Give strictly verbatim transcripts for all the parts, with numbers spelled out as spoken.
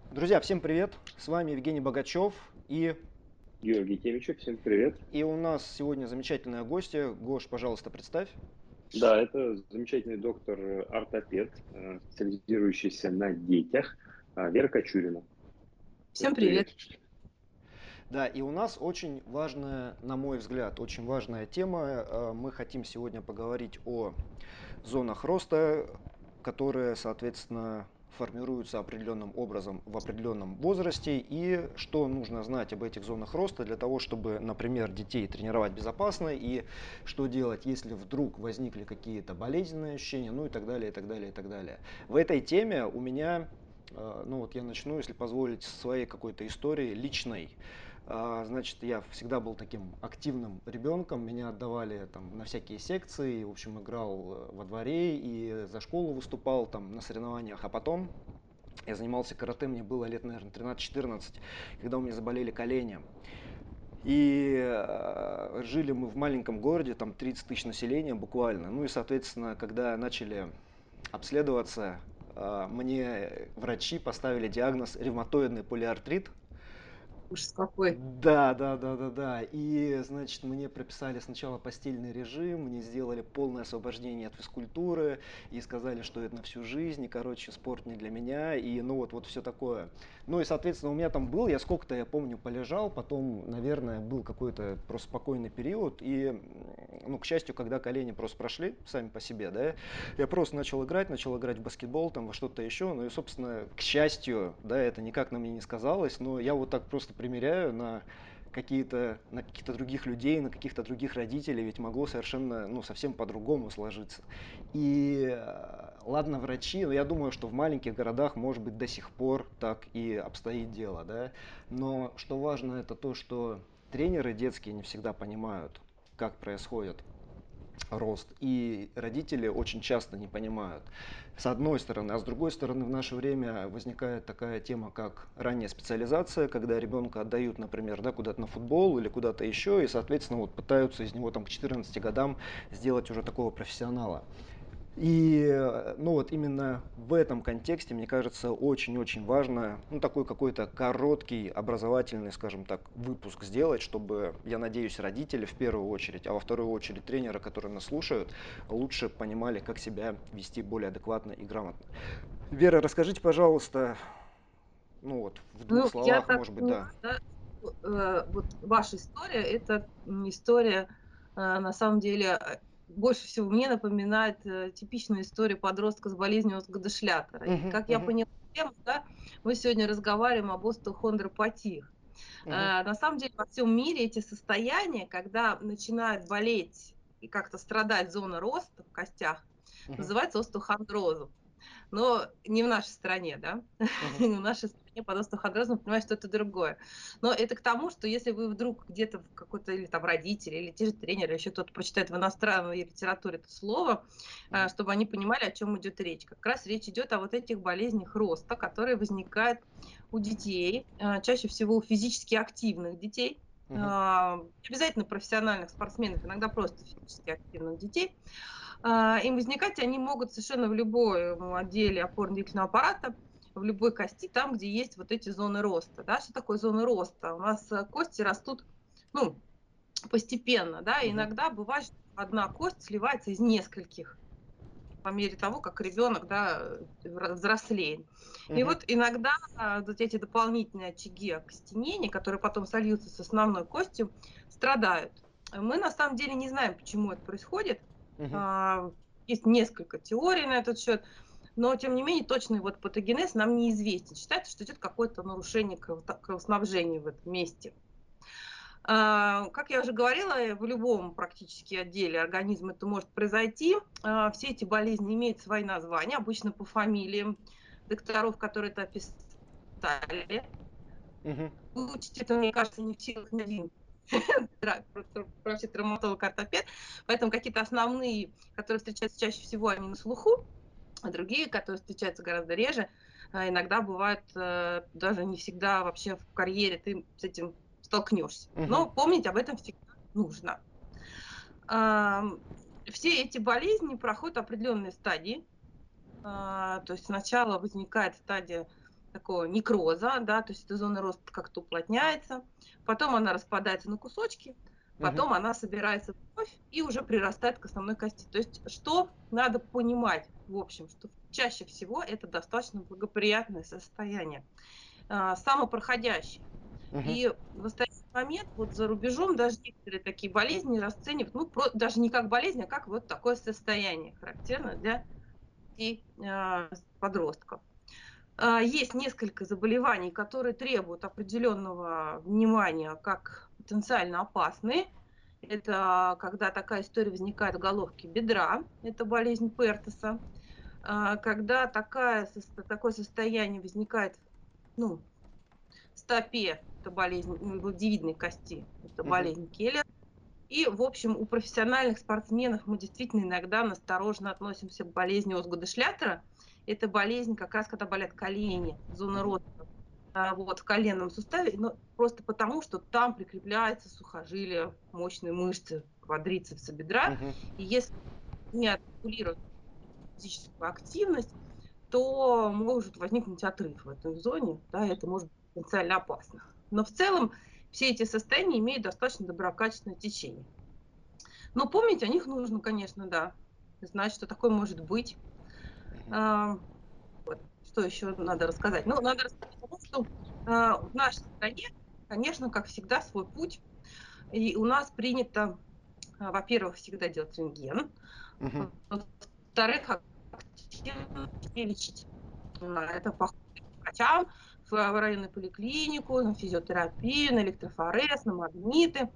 Друзья, всем привет! С вами Евгений Богачев и, Георгий Темичев, всем привет. и у нас сегодня замечательная гостья. Гош, пожалуйста, представь. Да, это замечательный доктор-ортопед, э, специализирующийся на детях, а, Вера Кочурина. Всех Всем привет. приветствую. Да, и у нас очень важная, на мой взгляд, очень важная тема. Э, Мы хотим сегодня поговорить о зонах роста, которые, соответственно, формируются определенным образом в определенном возрасте, и что нужно знать об этих зонах роста для того, чтобы, например, детей тренировать безопасно, и что делать, если вдруг возникли какие-то болезненные ощущения, ну и так далее, и так далее, и так далее. В этой теме у меня, э, ну вот я начну, если позволить, с своей какой-то истории личной. А, Значит, я всегда был таким активным ребенком, меня отдавали там на всякие секции, в общем, играл э, во дворе и за школу выступал там на соревнованиях, а потом я занимался карате, мне было лет, наверное, тринадцать-четырнадцать, когда у меня заболели колени. И э, жили мы в маленьком городе, там тридцать тысяч населения буквально. Ну и, соответственно, когда начали обследоваться, э, мне врачи поставили диагноз ревматоидный полиартрит. Ужас какой. Да, да, да, да, да. И, значит, мне прописали сначала постельный режим, мне сделали полное освобождение от физкультуры и сказали, что это на всю жизнь, и, короче, спорт не для меня, и, ну, вот, вот все такое. Ну, и, соответственно, у меня там был, я сколько-то, я помню, полежал, потом, наверное, был какой-то просто спокойный период, и, ну, к счастью, когда колени просто прошли сами по себе, да, я просто начал играть, начал играть в баскетбол, там, во что-то еще, ну, и, собственно, к счастью, да, это никак на мне не сказалось, но я вот так просто примеряю на какие-то на каких-то других людей, на каких-то других родителей, ведь могло совершенно, ну, совсем по-другому сложиться. И э, ладно, врачи, но я думаю, что в маленьких городах, может быть, до сих пор так и обстоит дело, да. Но что важно, это то, что тренеры детские не всегда понимают, как происходит рост. И родители очень часто не понимают, с одной стороны. А с другой стороны, в наше время возникает такая тема, как ранняя специализация, когда ребенка отдают, например, да, куда-то на футбол или куда-то еще, и, соответственно, вот пытаются из него там, к четырнадцати годам сделать уже такого профессионала. И э, ну вот именно в этом контексте, мне кажется, очень-очень важно, ну, такой какой-то короткий образовательный, скажем так, выпуск сделать, чтобы, я надеюсь, родители в первую очередь, а во вторую очередь тренеры, которые нас слушают, лучше понимали, как себя вести более адекватно и грамотно. Вера, расскажите, пожалуйста, ну вот, в двух Ну, я словах, так может быть, поняла, да. да, что, э, вот ваша история- это, м, история, э, на самом деле, э, больше всего мне напоминает, э, типичную историю подростка с болезнью Осгодошлякера. И, Мгм, как я мгм, поняла тему, да, мы сегодня разговариваем об остеохондропатиях. мгм, Э, на самом деле во всем мире эти состояния, когда начинает болеть и как-то страдать зона роста в костях, мгм, называется остеохондрозом. Но не в нашей стране, да. мгм, В нашей стране под остеохондрозом понимают, что это другое. Но это к тому, что если вы вдруг где-то в какой-то или там родители, или те же тренеры, еще кто-то прочитает в иностранной литературе это слово, мгм, э, чтобы они понимали, о чем идет речь. Как раз речь идет о вот этих болезнях роста, которые возникают у детей, э, чаще всего у физически активных детей, мгм, а, не обязательно профессиональных спортсменов, иногда просто физически активных детей. А, и возникать они могут совершенно в любом отделе опорно-двигательного аппарата, в любой кости, там, где есть вот эти зоны роста. Да. Что такое зоны роста? У нас э, кости растут, ну, постепенно, да, и мгм, иногда бывает, что одна кость сливается из нескольких по мере того, как ребенок, да, э, взрослеет. И мгм, вот иногда а, вот эти дополнительные очаги окостенения, которые потом сольются с основной костью, страдают. Мы на самом деле не знаем, почему это происходит. мгм, А, Есть несколько теорий на этот счет, но тем не менее точный вот патогенез нам неизвестен. Считается, что идет какое-то нарушение кровоснабжения в этом месте. А, Как я уже говорила, э, в любом практически отделе организма это может произойти. А, Все эти болезни имеют свои названия, обычно по фамилиям докторов, которые это описали. мгм, Выучить это, мне кажется, не в силах ни один тра- тр- вообще травматолог-ортопед. Поэтому какие-то основные, которые встречаются чаще всего, они на слуху, а другие, которые встречаются гораздо реже, а, иногда бывают э, даже не всегда вообще в карьере ты с этим столкнешься. мгм, Но помнить об этом всегда нужно. Ам, Все эти болезни проходят определенные стадии. А, То есть сначала возникает стадия такого некроза, да, то есть эта зона роста как-то уплотняется, потом она распадается на кусочки, Мгм. потом она собирается вновь и уже прирастает к основной кости. То есть что надо понимать, в общем, что чаще всего это достаточно благоприятное состояние, а, самопроходящее. Мгм. И в настоящий момент вот за рубежом даже некоторые такие болезни расценивают, ну, про- даже не как болезнь, а как вот такое состояние, характерно для детей, а, подростков. А, Есть несколько заболеваний, которые требуют определенного внимания как потенциально опасные. Это когда такая история возникает в головке бедра, это болезнь Пертеса. А, Когда такая, сос- такое состояние возникает, ну, в стопе, это болезнь ну, гладиолевидной кости, это Мгм. болезнь Келлера. И, в общем, у профессиональных спортсменов мы действительно иногда настороженно относимся к болезни Осгода-Шлятера. Это болезнь как раз, когда болят колени, зона Мгм. роста а, вот, в коленном суставе, но просто потому, что там прикрепляется сухожилие, мощные мышцы квадрицепса бедра. Мгм. И если не отрегулировать физическую активность, то может возникнуть отрыв в этой зоне, да, это может быть потенциально опасно. Но в целом все эти состояния имеют достаточно доброкачественное течение. Но помнить о них нужно, конечно, да, знать, что такое может быть. Мгм. А, вот. Что еще надо рассказать? Ну, надо рассказать о том, что а, в нашей стране, конечно, как всегда, свой путь. И у нас принято, а, во-первых, всегда делать рентген, Мгм. во-вторых, активно лечить. А, Это поход к врачам, в в районную поликлинику, на физиотерапию, на электрофорез, на магниты.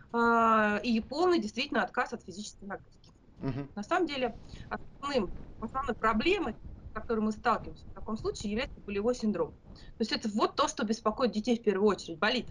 а, И полный действительно отказ от физической нагрузки. Мгм. На самом деле основным, основной проблемой, с которой мы сталкиваемся в таком случае, является болевой синдром. То есть это вот то, что беспокоит детей в первую очередь. Болит.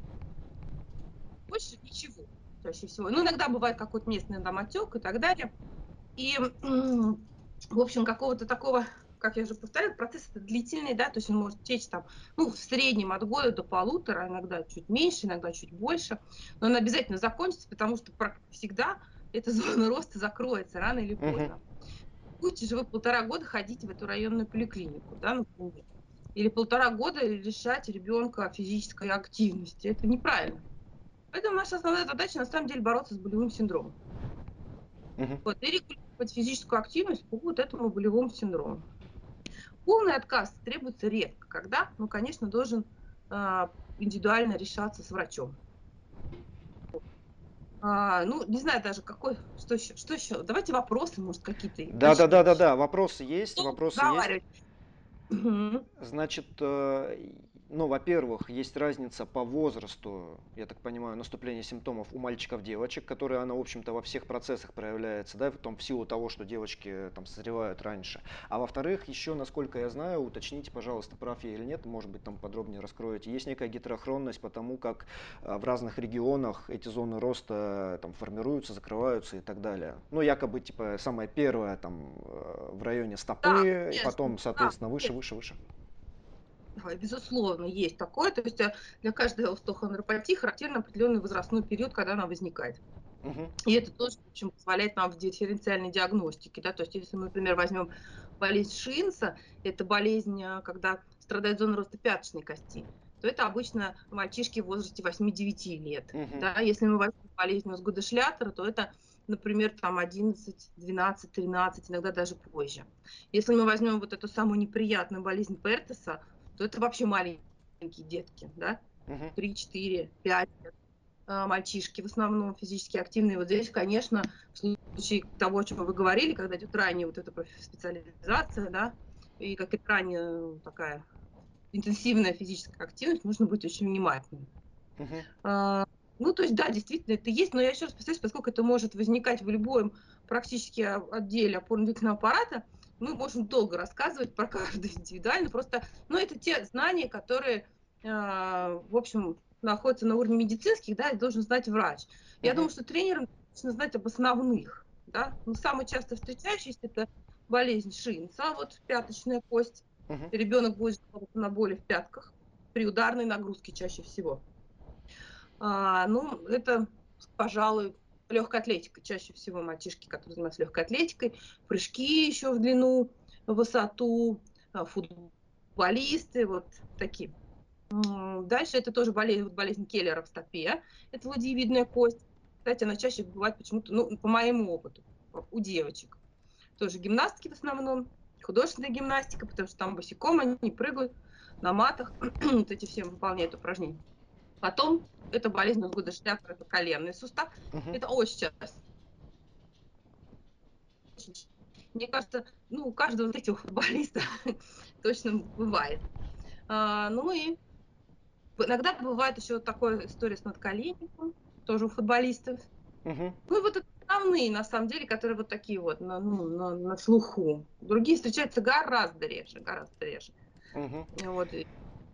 Больше ничего чаще всего. Ну, иногда бывает какой-то местный там отек и так далее. И, м, в общем, какого-то такого, как я уже повторяю, процесс это длительный, да, то есть он может течь там, ну, в среднем от года до полутора, иногда чуть меньше, иногда чуть больше, но он обязательно закончится, потому что прак- всегда эта зона роста закроется рано или Мгм. поздно. Будете же вы полтора года ходить в эту районную поликлинику, да, например, или полтора года лишать ребенка физической активности. Это неправильно. Поэтому наша основная задача на самом деле бороться с болевым синдромом. Мгм. Вот, и регулировать физическую активность по вот этому болевому синдрому. Полный отказ требуется редко, когда, ну, конечно, должен а, индивидуально решаться с врачом. А, ну, не знаю даже, какой, что еще, что еще. Давайте вопросы, может, какие-то Да, да, да, уточним. да, да. Вопросы есть, Что вопросы есть. разговаривать? Мгм. Значит, э, ну, во-первых, есть разница по возрасту, я так понимаю, наступления симптомов у мальчиков, девочек, которая, она, в общем-то, во всех процессах проявляется, да, в том, в силу того, что девочки там созревают раньше. А во-вторых, еще, насколько я знаю, уточните, пожалуйста, прав я или нет, может быть, там подробнее раскроете, есть некая гетерохронность по тому, как э, в разных регионах эти зоны роста э, там формируются, закрываются и так далее. Ну, якобы, типа, самая первая там э, в районе Да, стопы, и конечно, потом, да, соответственно, выше, конечно. выше, выше. Да, безусловно, есть такое. То есть э, для каждой остеохондропатии характерен определенный возрастной период, когда она возникает. Мгм. И это тоже, в общем, позволяет нам в дифференциальной диагностике. Да? То есть если мы, например, возьмем болезнь Шинца, это болезнь, а, когда страдает зона роста пяточной кости, то это обычно мальчишки в возрасте восьми-девяти лет. Мгм. Да? Если мы возьмем болезнь Осгода-Шлятера, то это, например, там одиннадцать, двенадцать, тринадцать, иногда даже позже. Если мы возьмем вот эту самую неприятную болезнь Пертеса, то это вообще маленькие детки, да, Мгм. три, четыре, пять а, мальчишки, в основном физически активные. Вот здесь, конечно, в случае того, о чем вы говорили, когда идет ранняя вот эта специализация, да, и какая-то ранняя такая интенсивная физическая активность, нужно быть очень внимательным. Мгм. А, Ну, то есть, да, действительно, это есть, но я еще раз повторюсь, поскольку это может возникать в любом практически а, отделе опорно-двигательного аппарата, мы можем долго рассказывать про каждый индивидуально, просто, ну, это те знания, которые, а, в общем, находятся на уровне медицинских, да, и должен знать врач. Я Мгм. думаю, что тренерам нужно знать об основных, да, но самый часто встречающийся это болезнь Шинца, вот пяточная кость, Мгм. ребенок будет жаловаться на боли в пятках при ударной нагрузке чаще всего. А, ну, это, пожалуй, легкая атлетика. Чаще всего мальчишки, которые занимаются легкой атлетикой, прыжки еще в длину, в высоту, а, футбол, футболисты, вот такие. Дальше это тоже болезнь, вот болезнь Келлера в стопе. Это ладьевидная кость. Кстати, она чаще бывает почему-то, ну, по моему опыту, у девочек. Тоже гимнастки в основном, художественная гимнастика, потому что там босиком они прыгают на матах, вот эти все выполняют упражнения. Потом это болезнь Лунгуда Шляпера, это коленный сустав. Мгм. Это очень часто. Мне кажется, ну, у каждого вот этих футболистов точно бывает. А, ну и иногда бывает еще вот такая история с надколенником, тоже у футболистов. Мгм. Ну и вот это основные, на самом деле, которые вот такие вот на, ну, на, на слуху. Другие встречаются гораздо реже, гораздо реже. Мгм. Вот. И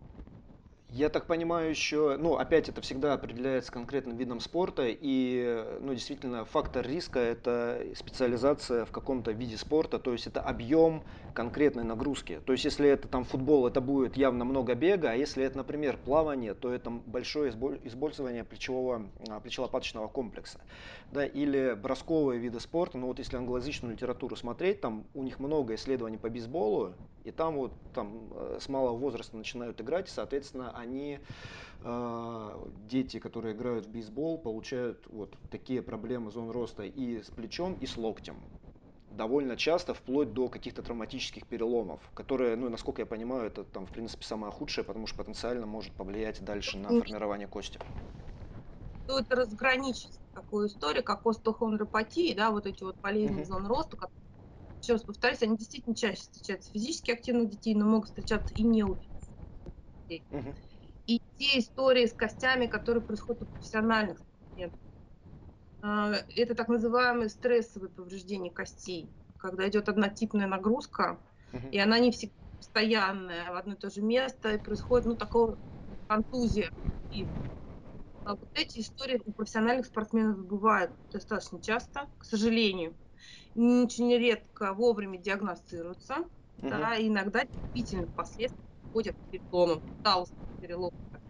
Я так понимаю, еще, ну, опять это всегда определяется конкретным видом спорта, и, ну, действительно, фактор риска – это специализация в каком-то виде спорта, то есть это объем конкретной нагрузки. То есть если это там футбол, это будет явно много бега, а если это, например, плавание, то это большое избо- использование плечевого, а, плечелопаточного комплекса. Да, или бросковые виды спорта, ну вот если англоязычную литературу смотреть, там у них много исследований по бейсболу, и там вот там э, с малого возраста начинают играть, и, соответственно, они, э, дети, которые играют в бейсбол, получают вот такие проблемы зон роста и с плечом, и с локтем. Довольно часто, вплоть до каких-то травматических переломов, которые, ну, насколько я понимаю, это там, в принципе, самое худшее, потому что потенциально может повлиять дальше на не формирование кости. стоит разграничить такую историю, как остеохондропатия, да, вот эти вот болезни Мгм. зон роста, как, еще раз повторюсь, они действительно чаще встречаются у физически активных детей, но могут встречаться и не у детей. Мгм. И те истории с костями, которые происходят у профессиональных спортсменов, а, это так называемые стрессовые повреждения костей, когда идет однотипная нагрузка, Мгм. и она не всегда постоянная, в одно и то же место, и происходит, ну, такого контузия. И а вот эти истории у профессиональных спортсменов бывают достаточно часто, к сожалению. Очень редко вовремя диагностируются, Мгм. да, и иногда действительно впоследствии приходят к переломам, толстым переломам.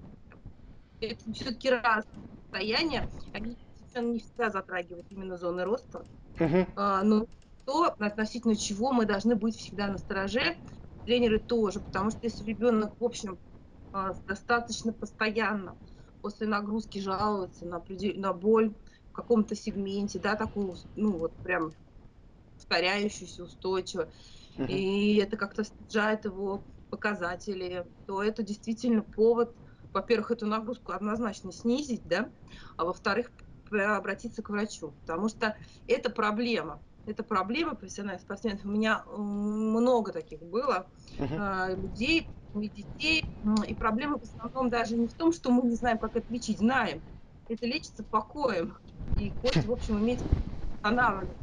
Это все-таки разные состояния, они совершенно не всегда затрагивают именно зоны роста, Мгм. а, но то, относительно чего мы должны быть всегда настороже, тренеры тоже, потому что если ребенок, в общем, а, достаточно постоянно после нагрузки жалуется на, определ- на боль в каком-то сегменте, да, такую, ус- ну вот прям повторяющуюся устойчиво, Мгм. и это как-то снижает его показатели, то это действительно повод, во-первых, эту нагрузку однозначно снизить, да, а во-вторых, п- обратиться к врачу, потому что это проблема. Это проблема профессиональных спортсменов. У меня м, много таких было Мгм. а, людей и детей. М, И проблема в основном даже не в том, что мы не знаем, как это лечить. Знаем. Это лечится покоем. И кости, в общем, имеют восстанавливаться.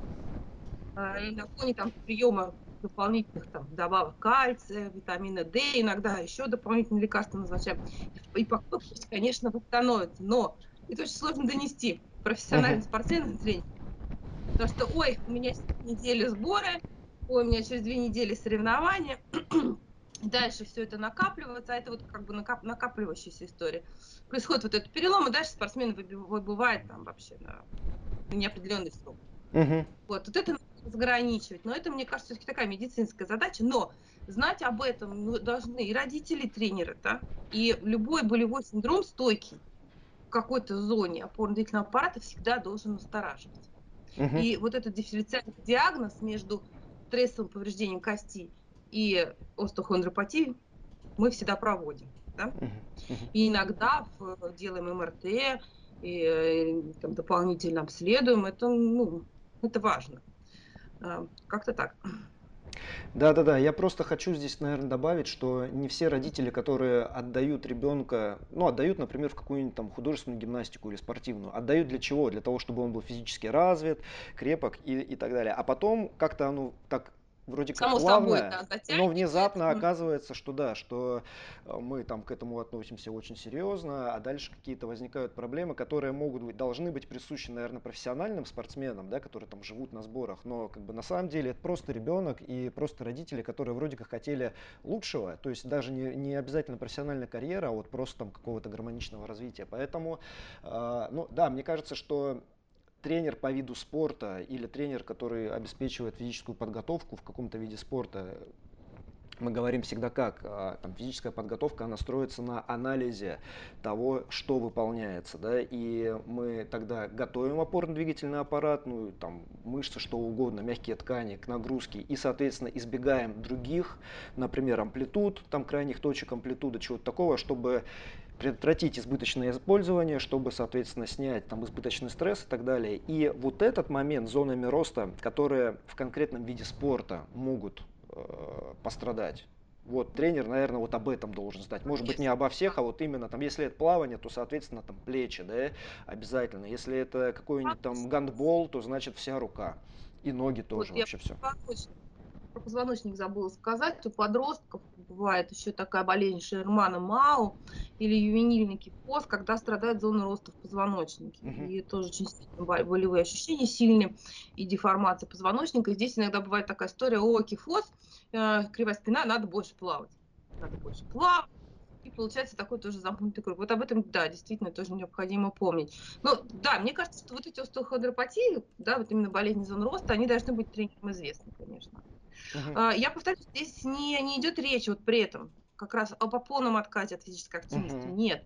А, И на фоне там приема дополнительных там добавок кальция, витамина D, иногда еще дополнительные лекарства назначаем. И, и покой кости, конечно, восстановится. Но это очень сложно донести Мгм. профессиональным спортсменам, тренерам. Потому что, ой, у меня через неделю сборы, ой, у меня через две недели соревнования. Дальше все это накапливается, а это вот как бы накап- накапливающаяся история. Происходит вот этот перелом, и дальше спортсмен выби- выбывает там вообще на, на неопределенный срок. Мгм. Вот, вот это надо разграничивать. Но это, мне кажется, все-таки такая медицинская задача. Но знать об этом ну, должны и родители, и тренеры. Да? И любой болевой синдром стойкий в какой-то зоне опорно-двигательного аппарата всегда должен настораживать. Мгм. И вот этот дифференциальный диагноз между стрессовым повреждением кости и остеохондропатией мы всегда проводим. Да? Мгм. Мгм. И иногда в- делаем эм эр тэ, и э, там, дополнительно обследуем. Это, ну, это важно. А, Как-то так. Да-да-да, я просто хочу здесь, наверное, добавить, что не все родители, которые отдают ребенка, ну, отдают, например, в какую-нибудь там художественную гимнастику или спортивную, отдают для чего? Для того, чтобы он был физически развит, крепок и, и так далее. А потом как-то оно так вроде как Само собой, плавно, да, но затягивает. внезапно оказывается, что да, что э, мы там к этому относимся очень серьезно, а дальше какие-то возникают проблемы, которые могут быть, должны быть присущи, наверное, профессиональным спортсменам, да, которые там живут на сборах, но как бы на самом деле это просто ребенок и просто родители, которые вроде как хотели лучшего, то есть даже не, не обязательно профессиональная карьера, а вот просто там какого-то гармоничного развития. Поэтому, э, ну да, мне кажется, что тренер по виду спорта или тренер, который обеспечивает физическую подготовку в каком-то виде спорта, мы говорим всегда как, а, там, физическая подготовка, она строится на анализе того, что выполняется, да, и мы тогда готовим опорно-двигательный аппарат, ну, там, мышцы, что угодно, мягкие ткани к нагрузке, и, соответственно, избегаем других, например, амплитуд, там, крайних точек амплитуды, чего-то такого, чтобы предотвратить избыточное использование, чтобы, соответственно, снять там избыточный стресс и так далее. И вот этот момент зонами роста, которые в конкретном виде спорта могут э, пострадать. Вот тренер, наверное, вот об этом должен знать. Может быть, не Конечно. обо всех, а вот именно там, если это плавание, то, соответственно, там плечи, да, обязательно. Если это какой-нибудь там гандбол, то значит вся рука. И ноги Вот тоже, я вообще все. про позвоночник забыла сказать. У подростков бывает еще такая болезнь Шермана Мау или ювенильный кифоз, когда страдает зона роста в позвоночнике. Мгм. И тоже очень сильные бол- болевые ощущения сильные и деформация позвоночника. И здесь иногда бывает такая история: о, кифоз, э, кривая спина, надо больше плавать. Надо больше плавать. И получается такой тоже замкнутый круг. Вот об этом, да, действительно тоже необходимо помнить. Ну, да, мне кажется, что вот эти остеохондропатии, да, вот именно болезни зон роста, они должны быть тренерам известны, конечно. Мгм. А, Я повторюсь, здесь не, не идет речь вот при этом как раз об полном отказе от физической активности. Мгм. Нет.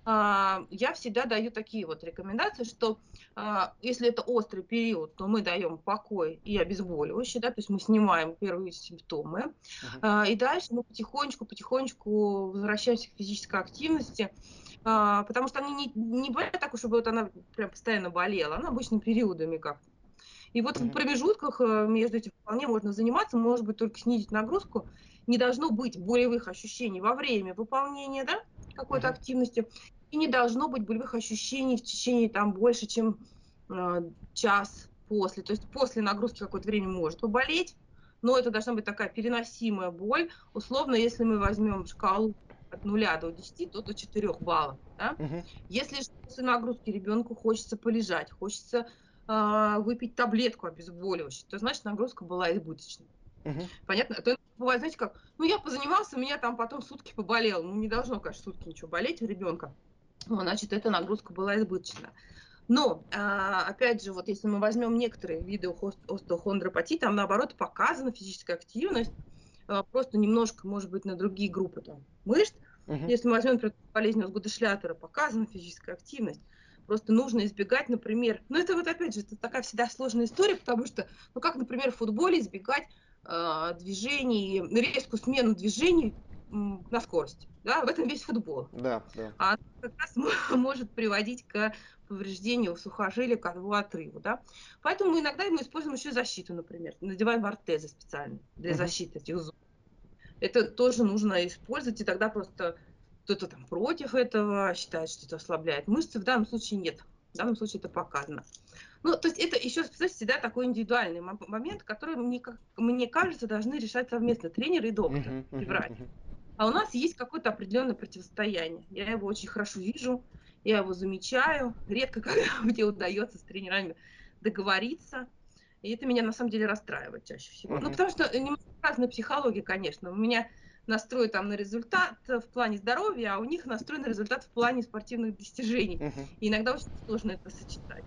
А, Я всегда даю такие вот рекомендации, что а, если это острый период, то мы даем покой и обезболивающее, да, то есть мы снимаем первые симптомы, Мгм. а, и дальше мы потихонечку, потихонечку возвращаемся к физической активности, а, потому что они не, не бывает так, чтобы вот она прям постоянно болела, она обычно периодами как-то. И вот в Мгм. промежутках э, между этим вполне можно заниматься, может быть, только снизить нагрузку. Не должно быть болевых ощущений во время выполнения, да, какой-то Мгм. активности, и не должно быть болевых ощущений в течение там больше, чем э, час после. То есть после нагрузки какое-то время может поболеть, но это должна быть такая переносимая боль. Условно, если мы возьмем шкалу от нуля до десяти, то до четырёх баллов. Да? Мгм. Если же после нагрузки ребенку хочется полежать, хочется а, выпить таблетку обезболивающую, то значит нагрузка была избыточной. Мгм. Понятно? А то бывает, знаете как, ну я позанимался, у меня там потом сутки поболело. Ну не должно, конечно, сутки ничего болеть у ребенка. Ну, значит, эта нагрузка была избыточна. Но, а, опять же, вот если мы возьмем некоторые виды хост- остеохондропатии, там, наоборот, показана физическая активность, а, просто немножко, может быть, на другие группы там, мышц. Мгм. Если мы возьмем, например, болезнь Гуделшлятера, показана физическая активность. Просто нужно избегать, например, ну это вот опять же, это такая всегда сложная история, потому что, ну как, например, в футболе избегать а, движений, резкую смену движений м, на скорость. Да, в этом весь футбол. Да, да. А она как раз может приводить к повреждению сухожилия, к его отрыву. Да? Поэтому иногда мы используем еще защиту, например. Надеваем ортезы специально для Мгм. защиты этих зон. Это тоже нужно использовать, и тогда просто кто-то там против этого считает, что это ослабляет мышцы. В данном случае нет. В данном случае это показано. Ну, то есть это еще, представьте, всегда такой индивидуальный момент, который, мне, как, мне кажется, должны решать совместно тренер и доктор, Мгм. и Мгм. врач. Мгм. А у нас есть какое-то определенное противостояние. Я его очень хорошо вижу, я его замечаю. Редко когда мне удается с тренерами договориться. И это меня на самом деле расстраивает чаще всего. Ну, Мгм. потому что немного разная психология, конечно. У меня настрой там на результат в плане здоровья, а у них настрой на результат в плане спортивных достижений. Мгм. И иногда очень сложно это сочетать.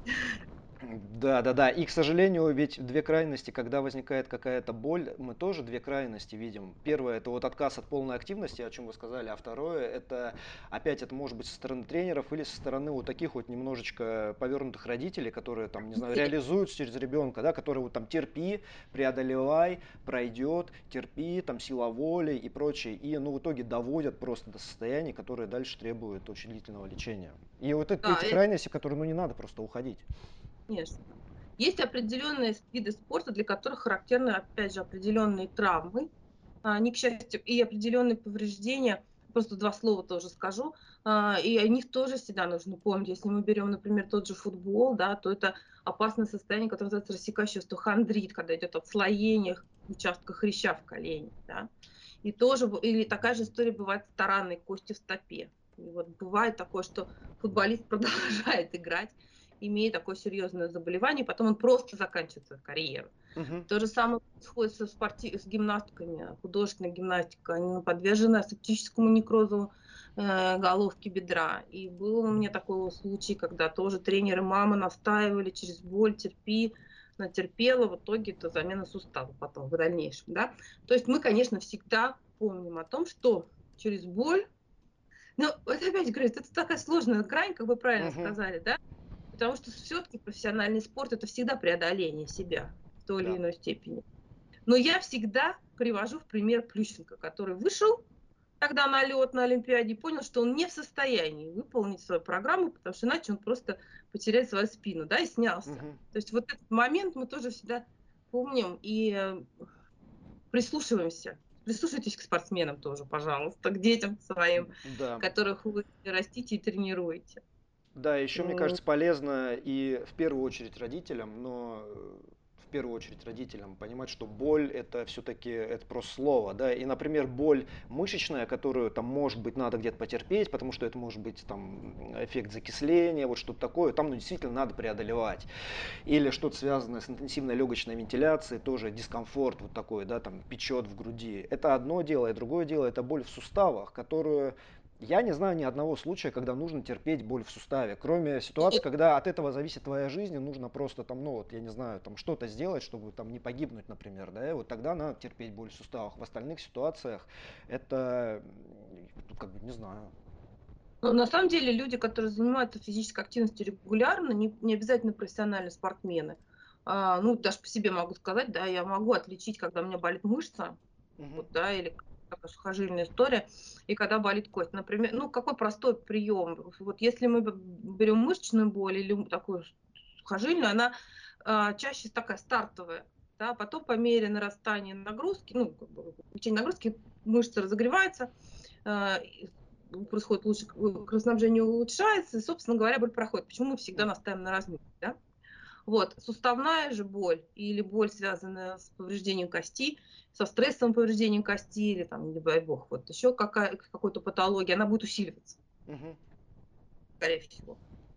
Да, да, да. И, к сожалению, ведь две крайности, когда возникает какая-то боль, мы тоже две крайности видим. Первое, это вот отказ от полной активности, о чем вы сказали, а второе, это опять это может быть со стороны тренеров или со стороны вот таких вот немножечко повернутых родителей, которые там, не знаю, реализуют через ребенка, да, которые вот там терпи, преодолевай, пройдет, терпи, там сила воли и прочее. И, ну, в итоге доводят просто до состояния, которое дальше требует очень длительного лечения. И вот это, Да, эти это, крайности, которые, ну, не надо просто уходить. конечно. Есть определенные виды спорта, для которых характерны, опять же, определенные травмы, они, к счастью, и определенные повреждения. Просто два слова тоже скажу. А, И о них тоже всегда нужно помнить. Если мы берем, например, тот же футбол, да, то это опасное состояние, которое называется рассекающий остеохондрит, когда идет отслоение участка хряща в колене. Да. И тоже, б- или такая же история бывает с таранной костью в стопе. И вот бывает такое, что футболист продолжает играть, имея такое серьезное заболевание, потом он просто заканчивает свою карьеру. Мгм. То же самое происходит со спорти... с гимнастками. Художественная гимнастика, они подвержены асептическому некрозу э, головки бедра. И был у меня такой случай, когда тоже тренеры мамы настаивали через боль, терпи, она терпела, в итоге это замена сустава потом, в дальнейшем. Да? То есть мы, конечно, всегда помним о том, что через боль, ну, это опять говорю, это такая сложная грань, как вы правильно Мгм. сказали, да, потому что все-таки профессиональный спорт это всегда преодоление себя в той или Да. иной степени. Но я всегда привожу в пример Плющенко, который вышел тогда на лед на Олимпиаде и понял, что он не в состоянии выполнить свою программу, потому что иначе он просто потеряет свою спину, да, и снялся. Мгм. То есть вот этот момент мы тоже всегда помним и э, прислушиваемся. Прислушайтесь к спортсменам тоже, пожалуйста, к детям своим, Да. которых вы растите и тренируете. Да, еще, мне М, кажется, полезно и в первую очередь родителям, но э, в первую очередь родителям понимать, что боль это все-таки это просто слово, да, и, например, боль мышечная, которую там, может быть, надо где-то потерпеть, потому что это может быть там эффект закисления, вот что-то такое, там ну, действительно надо преодолевать. Или что-то связанное с интенсивной легочной вентиляцией, тоже дискомфорт вот такой, да, там печет в груди. Это одно дело, и другое дело это боль в суставах, которую я не знаю ни одного случая, когда нужно терпеть боль в суставе, кроме ситуации, когда от этого зависит твоя жизнь, и нужно просто там, ну вот, я не знаю, там что-то сделать, чтобы там не погибнуть, например, да, и вот тогда надо терпеть боль в суставах. В остальных ситуациях это, м, как бы, не знаю. Но на самом деле люди, которые занимаются физической активностью регулярно, не, не обязательно профессиональные спортсмены. А, ну, даже по себе могу сказать, да, я могу отличить, когда у меня болит мышца, Мгм. вот, да, или такая сухожильная история, и когда болит кость. Например, ну, какой простой прием? Вот если мы б- берем мышечную боль или такую сухожильную, она а, чаще такая стартовая, да, потом по мере нарастания нагрузки, ну, как бы, увеличения нагрузки, мышца разогревается, а, и происходит лучше, к- кровоснабжение улучшается, и, собственно говоря, боль проходит. Почему мы всегда Мгм. настаиваем на разминке, да? Вот, суставная же боль или боль, связанная с повреждением кости, со стрессовым повреждением кости или там, не дай бог, вот еще какая, какой-то патология, она будет усиливаться, Мгм. скорее всего.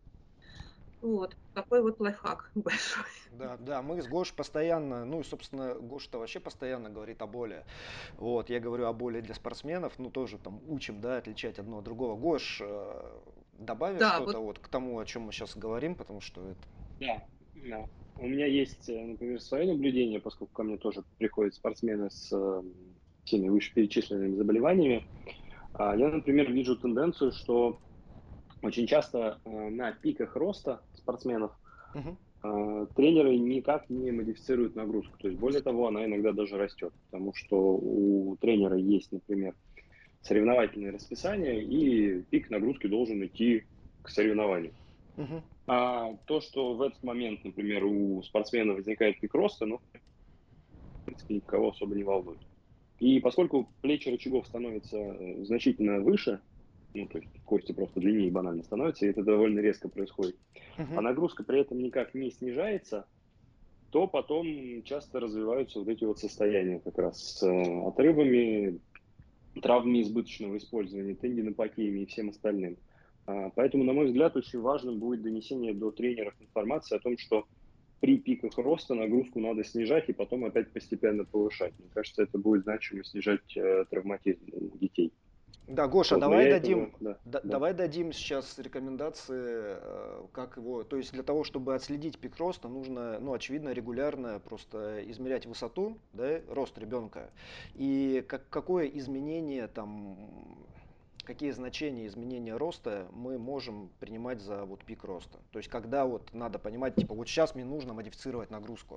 Вот, такой вот лайфхак большой. Да, да, мы с Гош постоянно, ну и, собственно, Гош-то вообще постоянно говорит о боли. Вот, я говорю о боли для спортсменов, ну тоже там учим, да, отличать одно от другого. Гош, э, добавишь Да, что-то вот вот к тому, о чем мы сейчас говорим, потому что это... Да, да. У меня есть, э, например, свое наблюдение, поскольку ко мне тоже приходят спортсмены с э, теми вышеперечисленными заболеваниями. А, Я, например, вижу тенденцию, что очень часто э, на пиках роста спортсменов Мгм. э, тренеры никак не модифицируют нагрузку. То есть, более того, она иногда даже растет, потому что у тренера есть, например, соревновательное расписание, и пик нагрузки должен идти к соревнованию. Мгм. А то, что в этот момент, например, у спортсмена возникает пик роста, ну, в принципе, никого особо не волнует. И поскольку плечи рычагов становятся э, значительно выше, ну, то есть кости просто длиннее банально становятся, и это довольно резко происходит, а Мгм. нагрузка при этом никак не снижается, то потом часто развиваются вот эти вот состояния как раз с э, отрывами, травмами избыточного использования, тендинопатиями и всем остальным. А, Поэтому, на мой взгляд, очень важным будет донесение до тренеров информации о том, что при пиках роста нагрузку надо снижать и потом опять постепенно повышать. Мне кажется, это будет значимо снижать э, травматизм у детей. Да, Гоша, Вот, но давай я этого, дадим, да, да- да. давай дадим сейчас рекомендации, э, как его, то есть для того, чтобы отследить пик роста, нужно, ну, очевидно, регулярно просто измерять высоту, да, рост ребенка, и как, какое изменение там, какие значения изменения роста мы можем принимать за вот пик роста. То есть когда вот надо понимать, типа, вот сейчас мне нужно модифицировать нагрузку.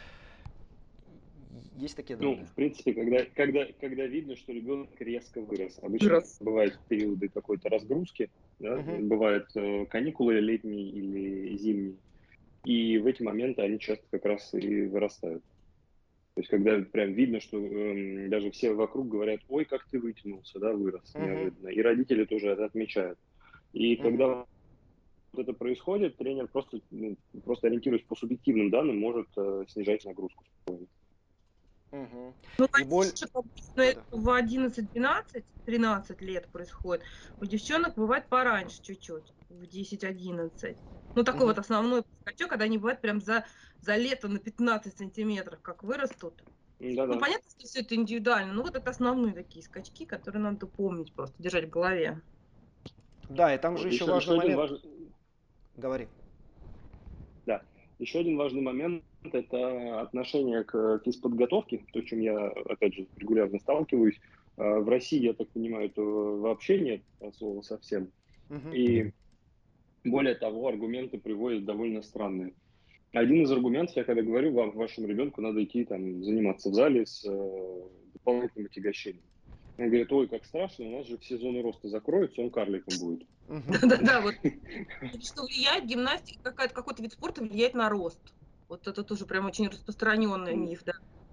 Есть такие Ну, данные? в принципе, когда, когда, когда видно, что ребенок резко вырос. Обычно вырос. бывают периоды какой-то разгрузки, да, Мгм. бывают э, каникулы летние или зимние, и в эти моменты они часто как раз и вырастают. То есть, когда прям видно, что эм, даже все вокруг говорят, ой, как ты вытянулся, да, вырос Мгм. неожиданно. И родители тоже это отмечают. И Мгм. когда вот это происходит, тренер просто, ну, просто ориентируясь по субъективным данным, может э, снижать нагрузку. Мгм. Ну, И боль... мальчишек обычно это Да-да. в одиннадцать, двенадцать, тринадцать лет происходит. У девчонок бывает пораньше чуть-чуть, в десять, одиннадцать. Ну, такой Мгм. вот основной скачок, когда они бывают прям за, за лето на пятнадцать сантиметров, как вырастут. Ну, Да-да. понятно, что все это индивидуально, но вот это основные такие скачки, которые надо помнить просто, держать в голове. Да, и там же Вот. еще Еще, важный еще один момент. важный, Говори. да. Еще один важный момент– это отношение к физподготовке, то, с чем я, опять же, регулярно сталкиваюсь. А в России, я так понимаю, это вообще нет от слова совсем. Мгм. И более того, аргументы приводят довольно странные. Один из аргументов, я когда говорю, вам, вашему ребенку надо идти там, заниматься в зале с э, дополнительным отягощением. Он говорит, ой, как страшно, у нас же все зоны роста закроются, он карликом будет. Мгм. Да-да-да, вот что влияет гимнастика, какая-то, какой-то вид спорта влияет на рост. Вот это тоже прям очень распространенный миф, да.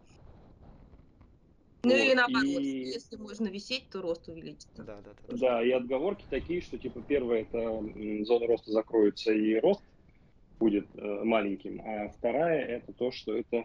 Ну или Вот. наоборот, что И если можно висеть, то рост увеличится. Да, да, да, да. да, и отговорки такие, что типа первое это м, зона роста закроется и рост будет э, маленьким, а вторая это то, что это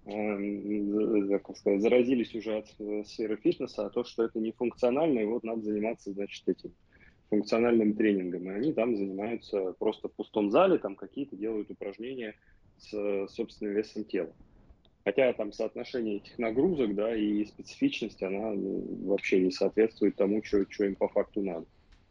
э, как сказать, заразились уже от э, сферы фитнеса, а то, что это не функционально, и вот надо заниматься, значит, этим функциональным тренингом. И они там занимаются просто в пустом зале, там какие-то делают упражнения с э, собственным весом тела. Хотя там соотношение этих нагрузок, да, и специфичность, она ну, вообще не соответствует тому, что, что им по факту надо.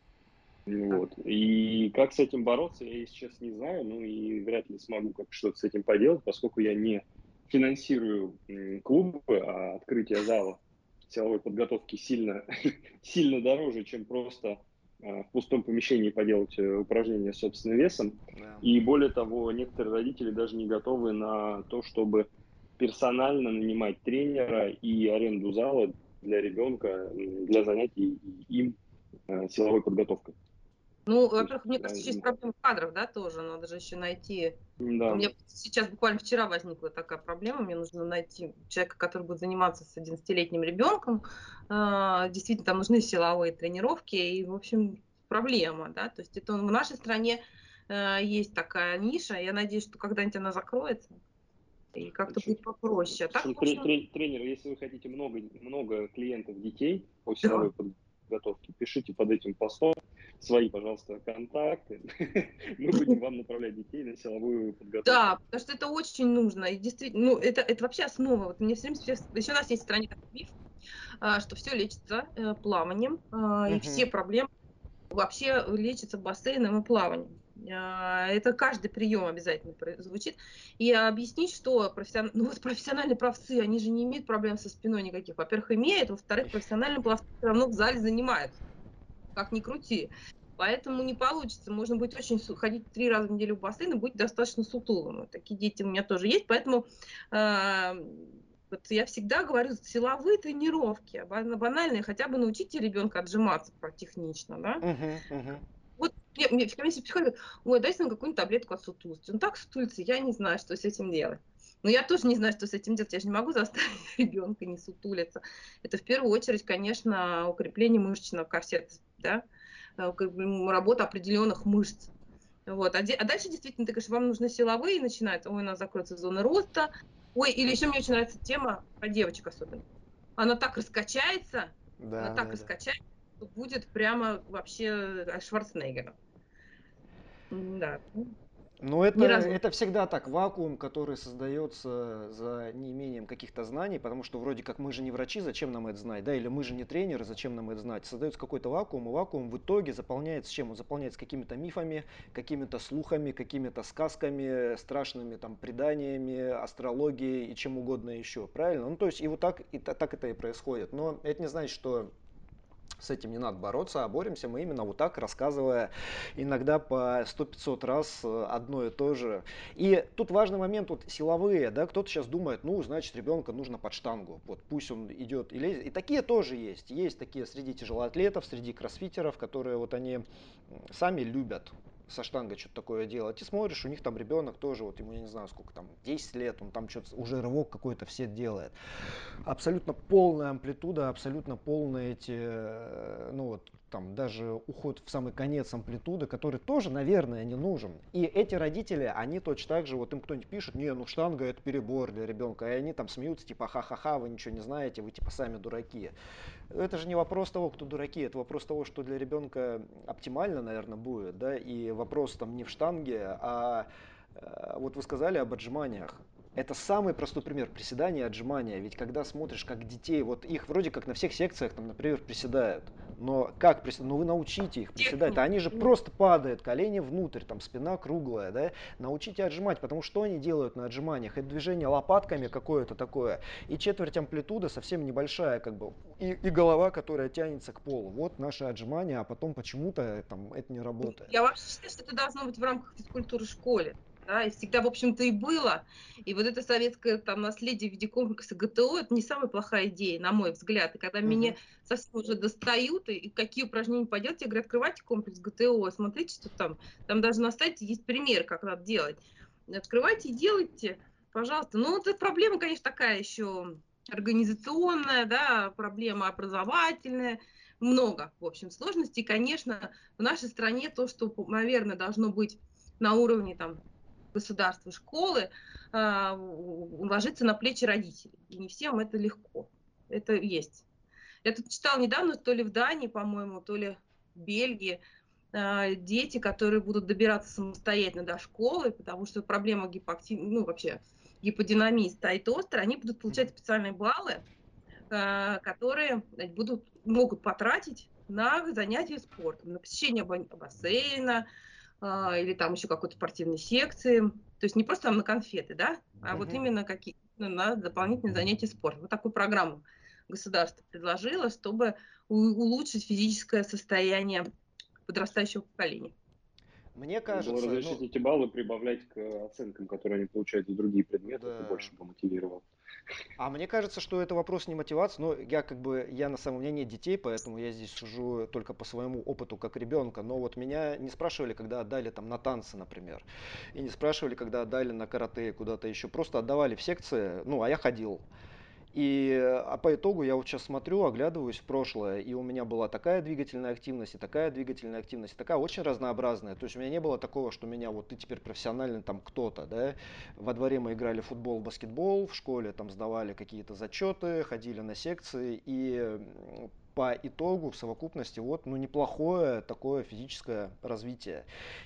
Вот. И как с этим бороться, я, если честно, не знаю, ну и вряд ли смогу как что-то с этим поделать, поскольку я не финансирую м, клубы, а открытие зала силовой подготовки сильно, сильно дороже, чем просто а, в пустом помещении поделать э, упражнения с собственным весом. Да. И более того, некоторые родители даже не готовы на то, чтобы персонально нанимать тренера и аренду зала для ребенка, м, для занятий им э, силовой подготовкой. Ну, То есть, во-первых, мне кажется, еще есть э, проблема кадров, да, тоже. Надо же еще найти. У да, меня сейчас буквально вчера возникла такая проблема. Мне нужно найти человека, который будет заниматься с одиннадцатилетним ребенком. А, Действительно, там нужны силовые тренировки. И, в общем, проблема, да. То есть это в нашей стране э, есть такая ниша. Я надеюсь, что когда-нибудь она закроется и как-то причем, будет попроще. А так, причем в тре- общем, тре- тренер, если вы хотите много, много клиентов детей по да. силовой подготовке, пишите под этим постом свои, пожалуйста, контакты. Мы будем вам направлять детей на силовую подготовку. Да, потому что это очень нужно. И действительно, ну, это, это вообще основа. Вот мне все время, еще у нас есть в стране такой миф, а, что все лечится э, плаванием, а, и все Мгм. проблемы вообще лечатся бассейном и плаванием. А, Это каждый прием обязательно про- звучит. И объяснить, что профессион... ну, вот профессиональные пловцы, они же не имеют проблем со спиной никаких. Во-первых, имеют, во-вторых, профессиональные пловцы все равно в зале занимаются, как ни крути. Поэтому не получится. Можно быть очень су- ходить три раза в неделю в бассейн и быть достаточно сутулым. Вот такие дети у меня тоже есть. Поэтому а, вот я всегда говорю, силовые тренировки, бан- банальные, хотя бы научите ребенка отжиматься про- технично, да. Мгм. Мгм. Вот мне, мне ко мне все приходят, ой, дайте нам какую-нибудь таблетку от сутулости. Он так сутулится, я не знаю, что с этим делать. Но я тоже не знаю, что с этим делать. Я же не могу заставить ребенка не сутулиться. Это в первую очередь, конечно, укрепление мышечного корсета, да, э, как бы, м, работа определенных мышц. Вот. А, де- а дальше действительно, ты говоришь, вам нужны силовые, начинают, ой, у нас закроется зона роста, ой, или еще мне очень нравится тема про девочек особенно. Она так раскачается, она Да, так да, да. раскачается, что будет прямо вообще э, Шварценеггером. Да, ну, Но это, не разу. это всегда так, вакуум, который создается за неимением каких-то знаний, потому что вроде как мы же не врачи, зачем нам это знать, да, или мы же не тренеры, зачем нам это знать. Создается какой-то вакуум, и вакуум в итоге заполняется чем? Он заполняется какими-то мифами, какими-то слухами, какими-то сказками, страшными там преданиями, астрологией и чем угодно еще, правильно? Ну, то есть и вот так, и та- так это и происходит. Но это не значит, что с этим не надо бороться, а боремся мы именно вот так, рассказывая иногда по сто-пятьсот раз э, одно и то же. И тут важный момент, вот силовые, да, кто-то сейчас думает, ну, значит, ребенка нужно под штангу, вот пусть он идет и лезет. И такие тоже есть. Есть такие среди тяжелоатлетов, среди кроссфитеров, которые вот они сами любят со штангой что-то такое делать. И смотришь, у них там ребенок тоже, вот ему, я не знаю, сколько там, десять лет, он там что-то, уже рывок какой-то все делает. Абсолютно полная амплитуда, абсолютно полные эти, э, ну вот, там даже уход в самый конец амплитуды, который тоже, наверное, не нужен. И эти родители, они точно так же, вот им кто-нибудь пишет, не, ну штанга это перебор для ребенка, и они там смеются, типа, ха-ха-ха, вы ничего не знаете, вы типа сами дураки. Это же не вопрос того, кто дураки, это вопрос того, что для ребенка оптимально, наверное, будет, да, и вопрос там не в штанге, а э, вот вы сказали об отжиманиях. Это самый простой пример приседания и отжимания. Ведь когда смотришь, как детей, вот их вроде как на всех секциях, там, например, приседают. Но как приседать? Ну вы научите их приседать. Они же просто падают, колени внутрь, там спина круглая, да? Научите отжимать, потому что они делают на отжиманиях? Это движение лопатками какое-то такое. И четверть амплитуды совсем небольшая, как бы. И, и голова, которая тянется к полу. Вот наше отжимание, а потом почему-то там это не работает. Я вообще считаю, что это должно быть в рамках физкультуры в школе. Да, и всегда, в общем-то, и было. И вот это советское там наследие в виде комплекса ГТО, это не самая плохая идея, на мой взгляд. И когда Мгм. меня совсем уже достают, и, и какие упражнения поделать, я говорю, открывайте комплекс ГТО, смотрите, что там. Там даже на сайте есть пример, как надо делать. Открывайте и делайте, пожалуйста. Ну, вот эта проблема, конечно, такая еще организационная, да, проблема образовательная. Много, в общем, сложностей. И, конечно, в нашей стране то, что, наверное, должно быть на уровне там государства, школы, а, ложится на плечи родителей. И не всем это легко. Это есть. Я тут читала недавно, то ли в Дании, по-моему, то ли в Бельгии, а, дети, которые будут добираться самостоятельно до школы, потому что проблема гипоактив... ну, вообще гиподинамии стоит остро, они будут получать Мгм. специальные баллы, а, которые будут, могут потратить на занятия спортом, на посещение бассейна, а, или там еще какой-то спортивной секции. То есть не просто там на конфеты, да, а вот Мгм. именно какие на дополнительные занятия спортом. Вот такую программу государство предложило, чтобы у- улучшить физическое состояние подрастающего поколения. Мне Надо было кажется, разрешить ну, эти баллы прибавлять к оценкам, которые они получают за другие предметы, это да. больше бы мотивировало. А мне кажется, что это вопрос не мотивации, но я как бы, я на самом, у меня нет детей, поэтому я здесь сужу только по своему опыту как ребенка, но вот меня не спрашивали, когда отдали там на танцы, например, и не спрашивали, когда отдали на карате куда-то еще, просто отдавали в секции, ну, а я ходил. И а по итогу я вот сейчас смотрю, оглядываюсь в прошлое, и у меня была такая двигательная активность, и такая двигательная активность, и такая очень разнообразная. То есть у меня не было такого, что меня вот ты теперь профессиональный там кто-то, да. Во дворе мы играли в футбол, баскетбол, в школе там сдавали какие-то зачеты, ходили на секции, и м, по итогу в совокупности вот ну неплохое такое физическое развитие.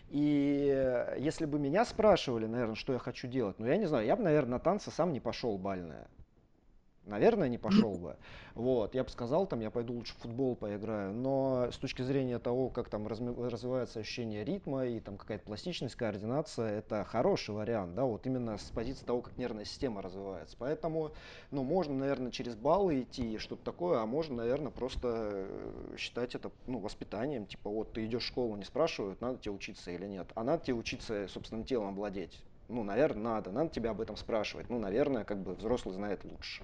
И э, если бы меня спрашивали, наверное, что я хочу делать, ну я не знаю, я бы, наверное, на танцы сам не пошел бальные. Наверное, не пошел бы. Вот, я бы сказал, там, я пойду лучше в футбол поиграю. Но с точки зрения того, как там разми- развивается ощущение ритма и там какая-то пластичность, координация, это хороший вариант, да, вот именно с позиции того, как нервная система развивается. Поэтому, ну, можно, наверное, через баллы идти и что-то такое, а можно, наверное, просто э, считать это, ну, воспитанием. Типа, вот ты идешь в школу, не спрашивают, надо тебе учиться или нет. А надо тебе учиться собственным телом владеть. Ну, наверное, надо. Надо тебя об этом спрашивать. Ну, наверное, как бы взрослый знает лучше.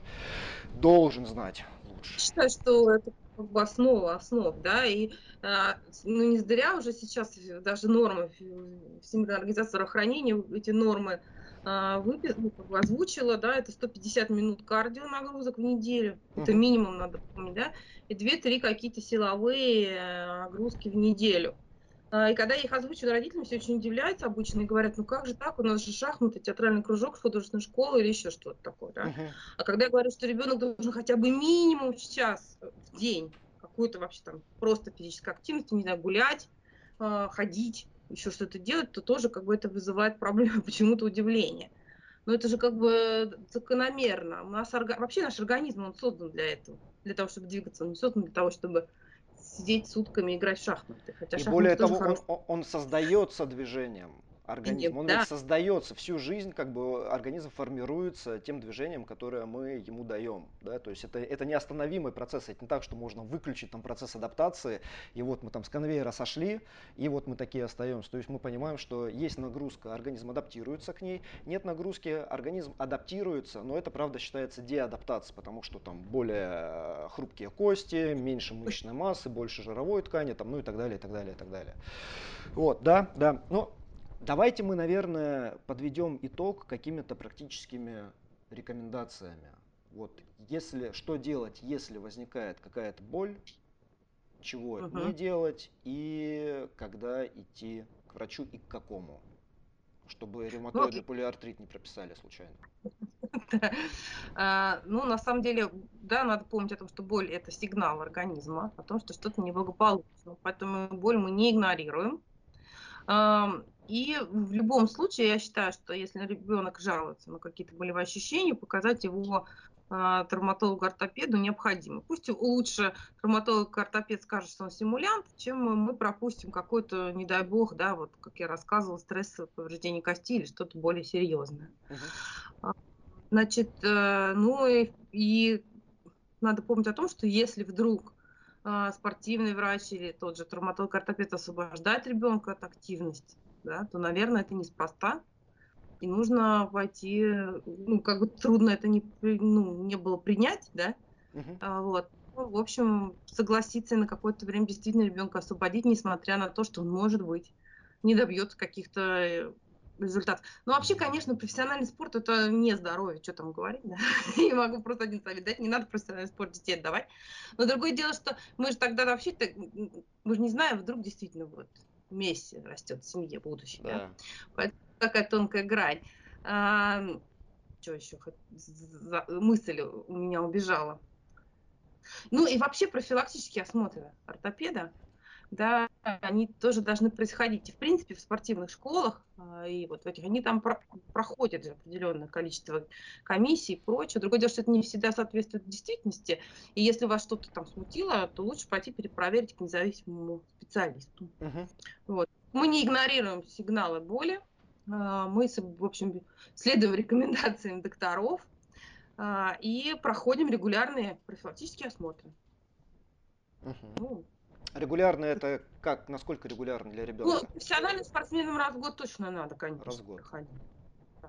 Должен знать лучше. Считаю, что это как бы основа основ, да, и а, ну, не зря уже сейчас даже нормы Фи- Всемирной организации здравоохранения эти нормы а, выпи- ну, как бы озвучила, да, это сто пятьдесят минут кардио нагрузок в неделю, это Мгм. минимум надо помнить, да, и две-три какие-то силовые э, нагрузки в неделю. А, И когда я их озвучиваю родителям, все очень удивляются обычно и говорят, ну как же так, у нас же шахматы, театральный кружок, художественная школа или еще что-то такое, да. Мгм. А когда я говорю, что ребенок должен хотя бы минимум час в день какую-то вообще там просто физической активности, не знаю, гулять, а, ходить, еще что-то делать, то тоже как бы это вызывает проблемы, почему-то удивление. Но это же как бы закономерно. У нас орга... Вообще наш организм, он создан для этого, для того, чтобы двигаться, он не создан для того, чтобы сидеть сутками и играть в шахматы. Хотя И более шахматы тоже того, он, хороший он, он создается движением. Организм, тренинг, он ведь да. создается всю жизнь, как бы организм формируется тем движением, которое мы ему даем. Да? То есть это, это неостановимый процесс, это не так, что можно выключить там процесс адаптации, и вот мы там с конвейера сошли, и вот мы такие остаемся. То есть мы понимаем, что есть нагрузка, организм адаптируется к ней, нет нагрузки, организм адаптируется, но это, правда, считается деадаптацией, потому что там более хрупкие кости, меньше мышечной массы, больше жировой ткани, там, ну и так далее, и так далее, и так далее. Вот, да, да. Ну, давайте мы, наверное, подведем итог какими-то практическими рекомендациями. Вот, если, что делать, если возникает какая-то боль, чего не Мгм. делать и когда идти к врачу и к какому, чтобы Ну, ревматоидный полиартрит не прописали случайно. А, Ну, на самом деле, да, надо помнить о том, что боль– это сигнал организма о том, что что-то неблагополучно. Поэтому боль мы не игнорируем. Ам, И в любом случае, я считаю, что если ребенок жалуется на какие-то болевые ощущения, показать его а, травматологу-ортопеду необходимо. Пусть лучше травматолог-ортопед скажет, что он симулянт, чем мы пропустим какой-то, не дай бог, да, вот как я рассказывала, стрессовое повреждение кости или что-то более серьезное. Мгм. А, Значит, э, ну и, и надо помнить о том, что если вдруг а, спортивный врач или тот же травматолог-ортопед освобождает ребенка от активности, да, то, наверное, это неспроста. И нужно пойти, э, ну, как бы трудно это не, при- ну, не было принять, да, Мгм. а, вот. Ну, в общем, согласиться и на какое-то время действительно ребенка освободить, несмотря на то, что он, может быть, не добьется каких-то э, результатов. Но вообще, конечно, профессиональный спорт – это не здоровье, что там говорить, да? Я могу просто один совет дать, не надо в профессиональный спорт детей отдавать. Но другое дело, что мы же тогда вообще, мы же не знаем, вдруг действительно вот Месси растет в семье будущий, да? Да. Поэтому такая тонкая грань. А, что еще? хот- за- Мысль у меня убежала. Ну и вообще профилактические осмотры ортопеда, да, они тоже должны происходить. И в принципе в спортивных школах а, и вот в этих, они там про- проходят же определенное количество комиссий и прочее. Другое дело, что это не всегда соответствует действительности. И если вас что-то там смутило, то лучше пойти перепроверить к независимому специалисту. Мгм. Вот. Мы не игнорируем сигналы боли. А, Мы, с- в общем, следуем рекомендациям докторов а, и проходим регулярные профилактические осмотры. Мгм. Ну, Регулярно это как, насколько регулярно для ну, ребенка? профессиональным спортсменам раз в год точно надо, Раз в конечно, год. проходить. Да.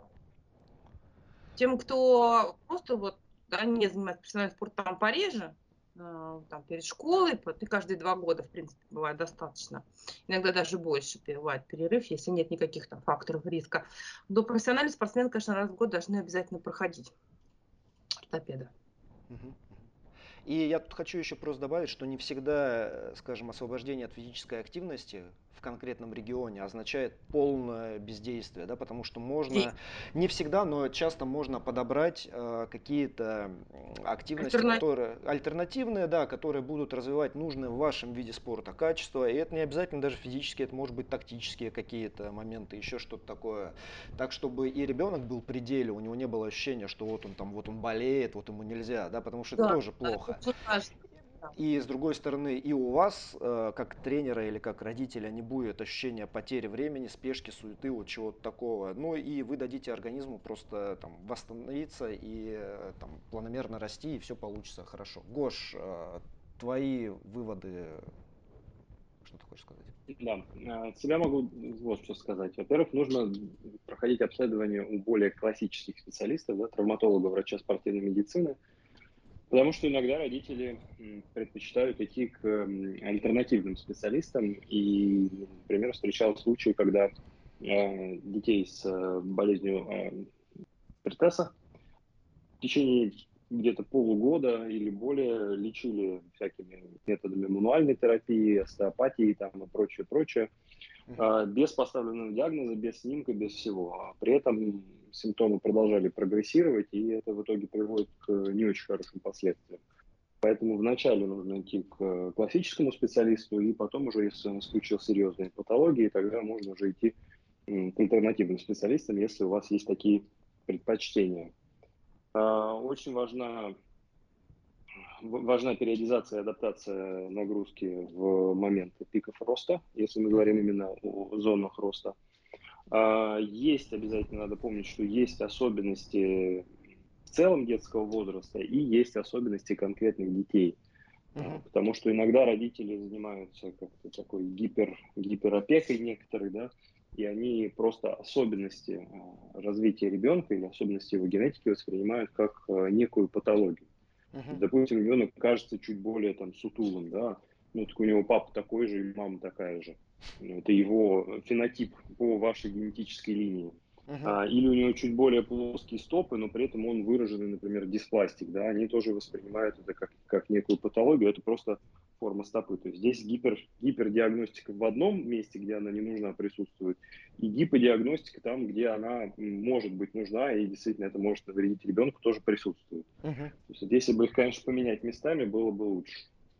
Тем, кто просто вот, да, не занимается профессиональным спортом, там пореже, а, там перед школой, вот, и каждые два года, в принципе, бывает достаточно. Иногда даже больше бывает перерыв, если нет никаких там факторов риска. Но профессиональные спортсмены, конечно, раз в год должны обязательно проходить ортопеда. Мгм. И я тут хочу еще просто добавить, что не всегда, э, скажем, освобождение от физической активности в конкретном регионе означает полное бездействие, да, потому что можно, Есть не всегда, но часто можно подобрать э, какие-то м, активности, альтернатива. которые альтернативные, да, которые будут развивать нужные в вашем виде спорта качества, и это не обязательно даже физические, это может быть тактические какие-то моменты, еще что-то такое, так чтобы и ребенок был в пределе, у него не было ощущения, что вот он там, вот он болеет, вот ему нельзя, да, потому что это Да, тоже это плохо. очень важно. Да. И с другой стороны, и у вас, э, как тренера или как родителя, не будет ощущения потери времени, спешки, суеты, вот чего-то такого. Ну и вы дадите организму просто там восстановиться и э, там планомерно расти, и все получится хорошо. Гош, э, твои выводы, что ты хочешь сказать? Да, а, от себя могу вот что сказать. Во-первых, нужно проходить обследование у более классических специалистов, да, травматолога, врача спортивной медицины, потому что иногда родители м, предпочитают идти к м, альтернативным специалистам. И, например, встречал случаи, когда э, детей с э, болезнью э, Пертеса в течение где-то полугода или более лечили всякими методами мануальной терапии, остеопатии там, и прочее, прочее, Мгм. а, без поставленного диагноза, без снимка, без всего. А при этом симптомы продолжали прогрессировать, и это в итоге приводит к не очень хорошим последствиям. Поэтому вначале нужно идти к классическому специалисту, и потом уже, если он исключил серьезные патологии, тогда можно уже идти м, к альтернативным специалистам, если у вас есть такие предпочтения. А, Очень важна, важна периодизация и адаптация нагрузки в моменты пиков роста, если мы говорим Мгм. именно о зонах роста. А, Есть, обязательно надо помнить, что есть особенности в целом детского возраста и есть особенности конкретных детей. А, Мгм. Потому что иногда родители занимаются как-то такой гипер, гиперопекой некоторые, да, и они просто особенности а, развития ребенка или особенности его генетики воспринимают как а, некую патологию. Мгм. Допустим, ребенок кажется чуть более там сутулым, да, ну так у него папа такой же и мама такая же. Ну, это его фенотип по вашей генетической линии. Мгм. А, или у него чуть более плоские стопы, но при этом он выраженный, например, диспластик, да, они тоже воспринимают это как, как некую патологию, это просто форма стопы. То есть здесь гипер, гипердиагностика в одном месте, где она не нужна, присутствует, и гиподиагностика там, где она может быть нужна, и действительно это может навредить ребенку, тоже присутствует. Мгм. То есть, вот если бы их, конечно, поменять местами, было бы лучше.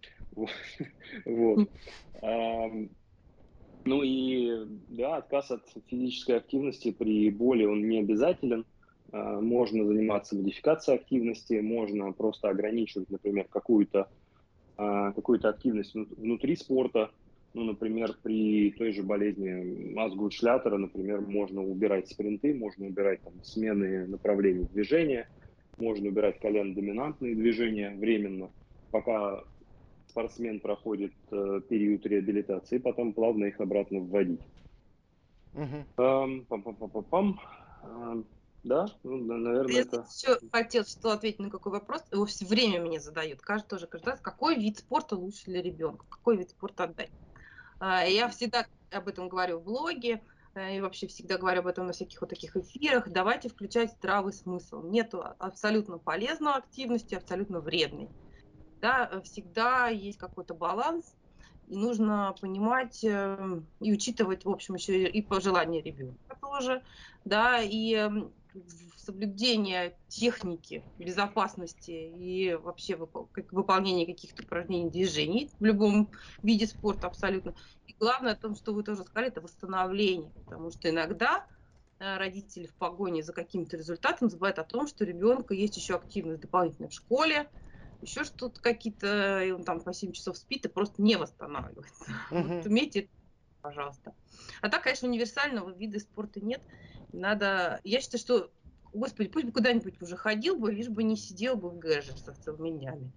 Вот. Ам, Ну и да, отказ от физической активности при боли, он не обязателен. можно заниматься модификацией активности, можно просто ограничивать, например, какую-то какую-то активность внутри спорта. Ну, например, при той же болезни Асгут-Шлятера, например, можно убирать спринты, можно убирать там, смены направлений движения, можно убирать колено-доминантные движения временно, пока спортсмен проходит э, период реабилитации, потом плавно их обратно вводить. Угу. Эм, пам-пам-пам-пам. Эм, да, ну, наверное, Я это... еще хотел что ответить на какой вопрос. Его все время мне задают. Каждый тоже каждый раз, какой вид спорта лучше для ребенка? Какой вид спорта отдать? А, Я всегда об этом говорю в блоге, э, и вообще всегда говорю об этом на всяких вот таких эфирах. Давайте включать здравый смысл. Нету а- абсолютно полезной активности, абсолютно вредной. Да, э, всегда есть какой-то баланс, и нужно понимать э, и учитывать, в общем, еще и пожелания ребенка тоже, да, и эм, в- соблюдение техники, безопасности и вообще выпол- как- выполнение каких-то упражнений, движений в любом виде спорта абсолютно. И главное о том, что вы тоже сказали, это восстановление, потому что иногда э, родители в погоне за каким-то результатом забывают о том, что у ребенка есть еще активность дополнительная в школе, еще что-то какие-то, и он там по семь часов спит и просто не восстанавливается. Вот Угу. умейте это, пожалуйста. А так, конечно, универсального вида спорта нет. Надо, я считаю, что, господи, пусть бы куда-нибудь уже ходил бы, лишь бы не сидел бы в гэджетах целыми днями.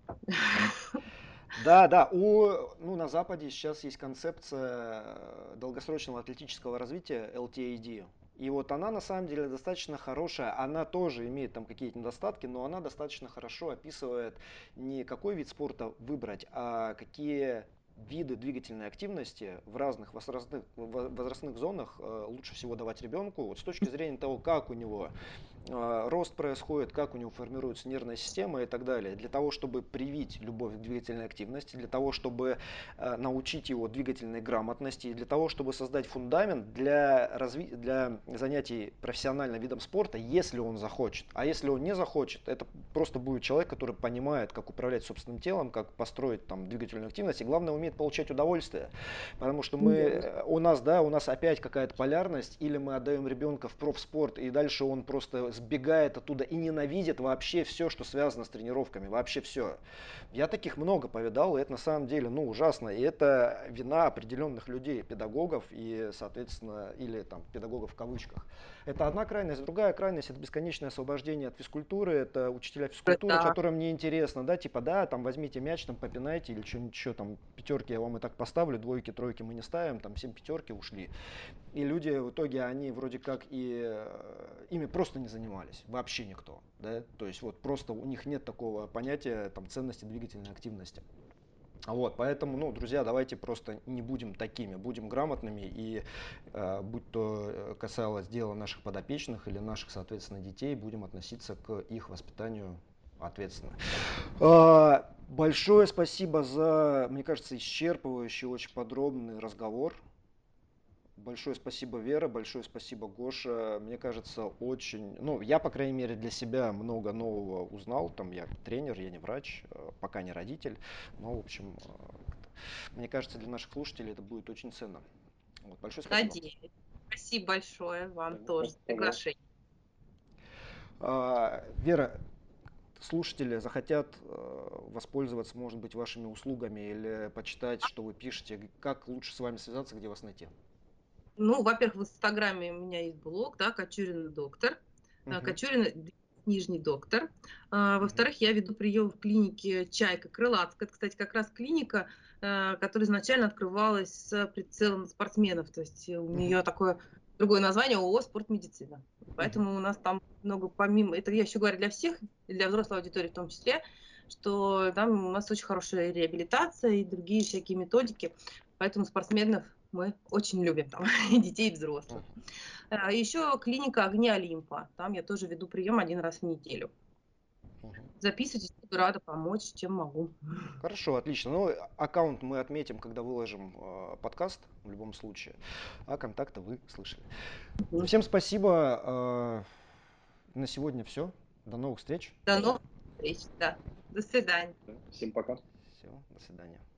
Да, да, у, ну, на Западе сейчас есть концепция э, долгосрочного атлетического развития эл ти эй ди. И вот она на самом деле достаточно хорошая, она тоже имеет там какие-то недостатки, но она достаточно хорошо описывает не какой вид спорта выбрать, а какие виды двигательной активности в разных возрастных, возрастных зонах э, лучше всего давать ребенку, вот с точки зрения того, как у него э, рост происходит, как у него формируется нервная система и так далее. Для того, чтобы привить любовь к двигательной активности, для того, чтобы э, научить его двигательной грамотности, и для того, чтобы создать фундамент для, разви- для занятий профессиональным видом спорта, если он захочет. А если он не захочет, это просто будет человек, который понимает, как управлять собственным телом, как построить там двигательную активность, и главное, умеет получать удовольствие. Потому что мы, э, у нас, да, у нас опять какая-то полярность, или мы отдаем ребенка в профспорт, и дальше он просто сбегает оттуда и ненавидит вообще все, что связано с тренировками, вообще все. Я таких много повидал, и это на самом деле, ну, ужасно, и это вина определенных людей, педагогов и, соответственно, или там педагогов в кавычках. Это одна крайность, другая крайность — это бесконечное освобождение от физкультуры, это учителя физкультуры, Да. которым не интересно, да, типа, да, там возьмите мяч, там попинайте или что-нибудь еще, там пятерки я вам и так поставлю, двойки, тройки мы не ставим, там семь пятерки ушли. И люди в итоге, они вроде как и э, ими просто не занимались, вообще никто, да, то есть вот просто у них нет такого понятия там ценности двигательной активности. Вот, поэтому, ну, друзья, давайте просто не будем такими, будем грамотными, и э, будь то э, касалось дела наших подопечных или наших, соответственно, детей, будем относиться к их воспитанию ответственно. Э, большое спасибо за, мне кажется, исчерпывающий, очень подробный разговор. Большое спасибо, Вера, большое спасибо, Гоша. Мне кажется, очень, ну, я, по крайней мере, для себя много нового узнал. Там я тренер, я не врач, э, пока не родитель. Но, в общем, э, мне кажется, для наших слушателей это будет очень ценно. Вот, большое спасибо. Надеюсь. Спасибо большое вам Да, тоже за пожалуйста. приглашение. А, Вера, слушатели захотят э, воспользоваться, может быть, вашими услугами или почитать, что вы пишете, как лучше с вами связаться, где вас найти? Ну, во-первых, в Инстаграме у меня есть блог, да, Кочурина доктор. Э, Мгм, Кочурина нижний доктор. А, мгм, Во-вторых, я веду прием в клинике «Чайка» Крылатская. Это, кстати, как раз клиника, э, которая изначально открывалась с прицелом на спортсменов. То есть у мгм, нее такое другое название — ООО «Спортмедицина». мгм. Поэтому у нас там много, помимо, это я еще говорю для всех, и для взрослой аудитории в том числе, что там у нас очень хорошая реабилитация и другие всякие методики. Поэтому спортсменов мы очень любим, там, и детей, и взрослых. А еще клиника «Огни Олимпа». Там я тоже веду прием один раз в неделю. Мгм. Записывайтесь, буду рада помочь, чем могу. Хорошо, отлично. Ну, аккаунт мы отметим, когда выложим э, подкаст, в любом случае. А контакты вы слышали. Мгм. Всем спасибо. Э, на сегодня все. До новых встреч. До новых встреч. Да. До свидания. Да, всем пока. Все, до свидания.